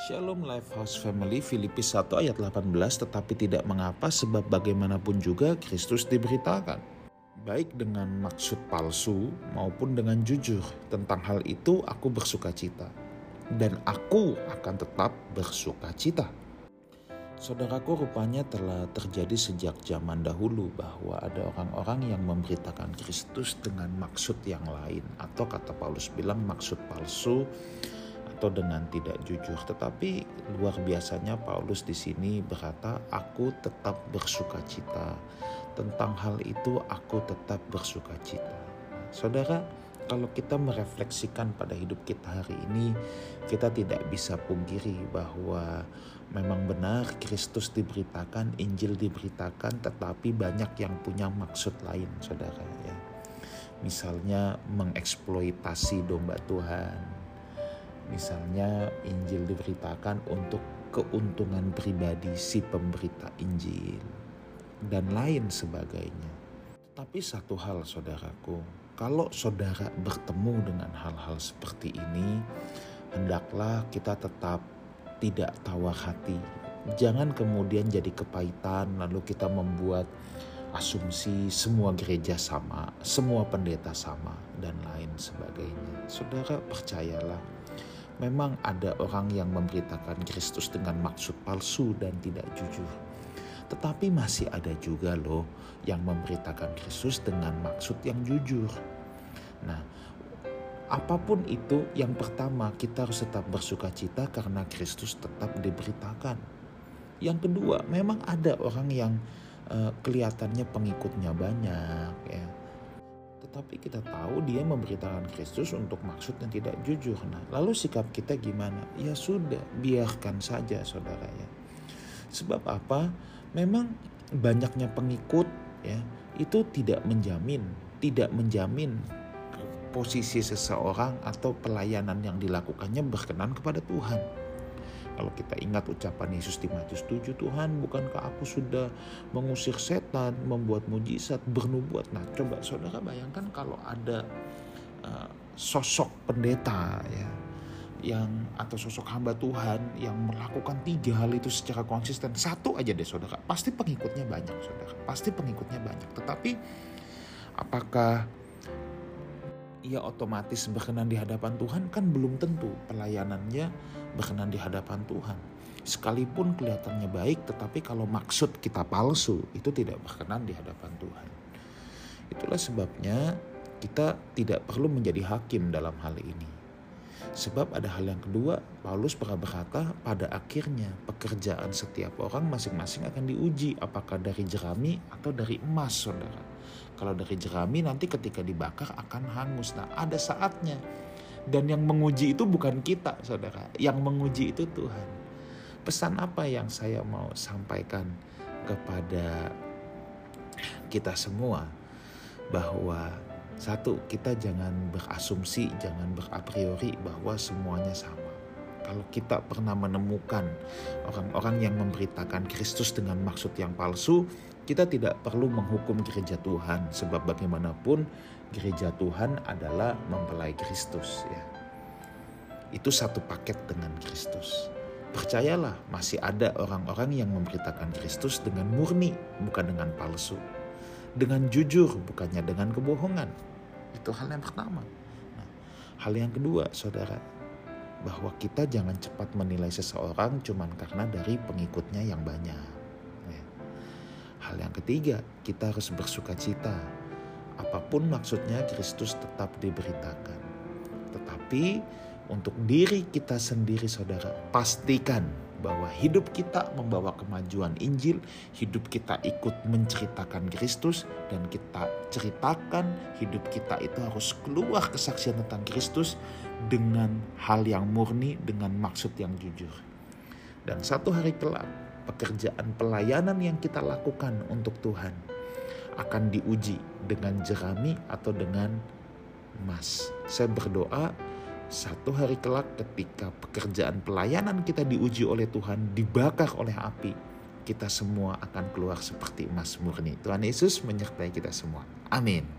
Shalom Lifehouse Family, Filipi 1 ayat 18, tetapi tidak mengapa sebab bagaimanapun juga Kristus diberitakan. Baik dengan maksud palsu maupun dengan jujur. Tentang hal itu aku bersukacita. Dan aku akan tetap bersukacita. Saudaraku, rupanya telah terjadi sejak zaman dahulu bahwa ada orang-orang yang memberitakan Kristus dengan maksud yang lain. Atau kata Paulus bilang maksud palsu atau dengan tidak jujur. Tetapi luar biasanya Paulus di sini berkata, aku tetap bersukacita. Tentang hal itu aku tetap bersukacita. Saudara, kalau kita merefleksikan pada hidup kita hari ini, kita tidak bisa pungkiri bahwa memang benar Kristus diberitakan, Injil diberitakan, tetapi banyak yang punya maksud lain, saudara. Ya. Misalnya mengeksploitasi domba Tuhan. Misalnya Injil diberitakan untuk keuntungan pribadi si pemberita Injil dan lain sebagainya. Tapi satu hal, saudaraku, kalau saudara bertemu dengan hal-hal seperti ini, hendaklah kita tetap tidak tawar hati. Jangan kemudian jadi kepahitan lalu kita membuat asumsi semua gereja sama, semua pendeta sama, dan lain sebagainya. Saudara, percayalah, memang ada orang yang memberitakan Kristus dengan maksud palsu dan tidak jujur. Tetapi masih ada juga loh yang memberitakan Kristus dengan maksud yang jujur. Nah, apapun itu, yang pertama kita harus tetap bersukacita karena Kristus tetap diberitakan. Yang kedua, memang ada orang yang kelihatannya pengikutnya banyak ya. Tetapi kita tahu dia memberitakan Kristus untuk maksud yang tidak jujur. Nah, lalu sikap kita gimana? Ya sudah, biarkan saja, saudara ya. Sebab apa? Memang banyaknya pengikut ya, itu tidak menjamin posisi seseorang atau pelayanan yang dilakukannya berkenan kepada Tuhan. Kalau kita ingat ucapan Yesus di Matius 7, Tuhan, bukankah aku sudah mengusir setan, membuat mujizat, bernubuat. Nah, coba saudara bayangkan kalau ada sosok pendeta ya, atau sosok hamba Tuhan yang melakukan 3 hal itu secara konsisten. Satu aja deh saudara, pasti pengikutnya banyak saudara, pasti pengikutnya banyak. Tetapi apakah ia otomatis berkenan di hadapan Tuhan? Kan belum tentu pelayanannya berkenan di hadapan Tuhan. Sekalipun kelihatannya baik, tetapi kalau maksud kita palsu, itu tidak berkenan di hadapan Tuhan. Itulah sebabnya kita tidak perlu menjadi hakim dalam hal ini. Sebab ada hal yang kedua, Paulus pernah berkata, pada akhirnya pekerjaan setiap orang masing-masing akan diuji, apakah dari jerami atau dari emas, saudara. Kalau dari jerami nanti ketika dibakar akan hangus. Nah, ada saatnya. Dan yang menguji itu bukan kita, saudara. Yang menguji itu Tuhan. Pesan apa yang saya mau sampaikan kepada kita semua? Bahwa satu, kita jangan berasumsi, jangan berapriori bahwa semuanya sama. Kalau kita pernah menemukan orang-orang yang memberitakan Kristus dengan maksud yang palsu, kita tidak perlu menghukum gereja Tuhan. Sebab bagaimanapun gereja Tuhan adalah mempelai Kristus ya. Itu satu paket dengan Kristus. Percayalah, masih ada orang-orang yang memberitakan Kristus dengan murni, bukan dengan palsu. Dengan jujur, bukannya dengan kebohongan. Itu hal yang pertama. Nah, hal yang kedua, saudara, bahwa kita jangan cepat menilai seseorang cuma karena dari pengikutnya yang banyak. Ya. Hal yang ketiga, kita harus bersukacita. Apapun maksudnya, Kristus tetap diberitakan. Tetapi untuk diri kita sendiri, saudara, pastikan bahwa hidup kita membawa kemajuan Injil, hidup kita ikut menceritakan Kristus, dan kita ceritakan hidup kita itu harus keluar kesaksian tentang Kristus dengan hal yang murni, dengan maksud yang jujur. Dan satu hari kelak, pekerjaan pelayanan yang kita lakukan untuk Tuhan akan diuji dengan jerami atau dengan emas. Saya berdoa satu hari kelak ketika pekerjaan pelayanan kita diuji oleh Tuhan, dibakar oleh api, kita semua akan keluar seperti emas murni. Tuhan Yesus menyertai kita semua. Amin.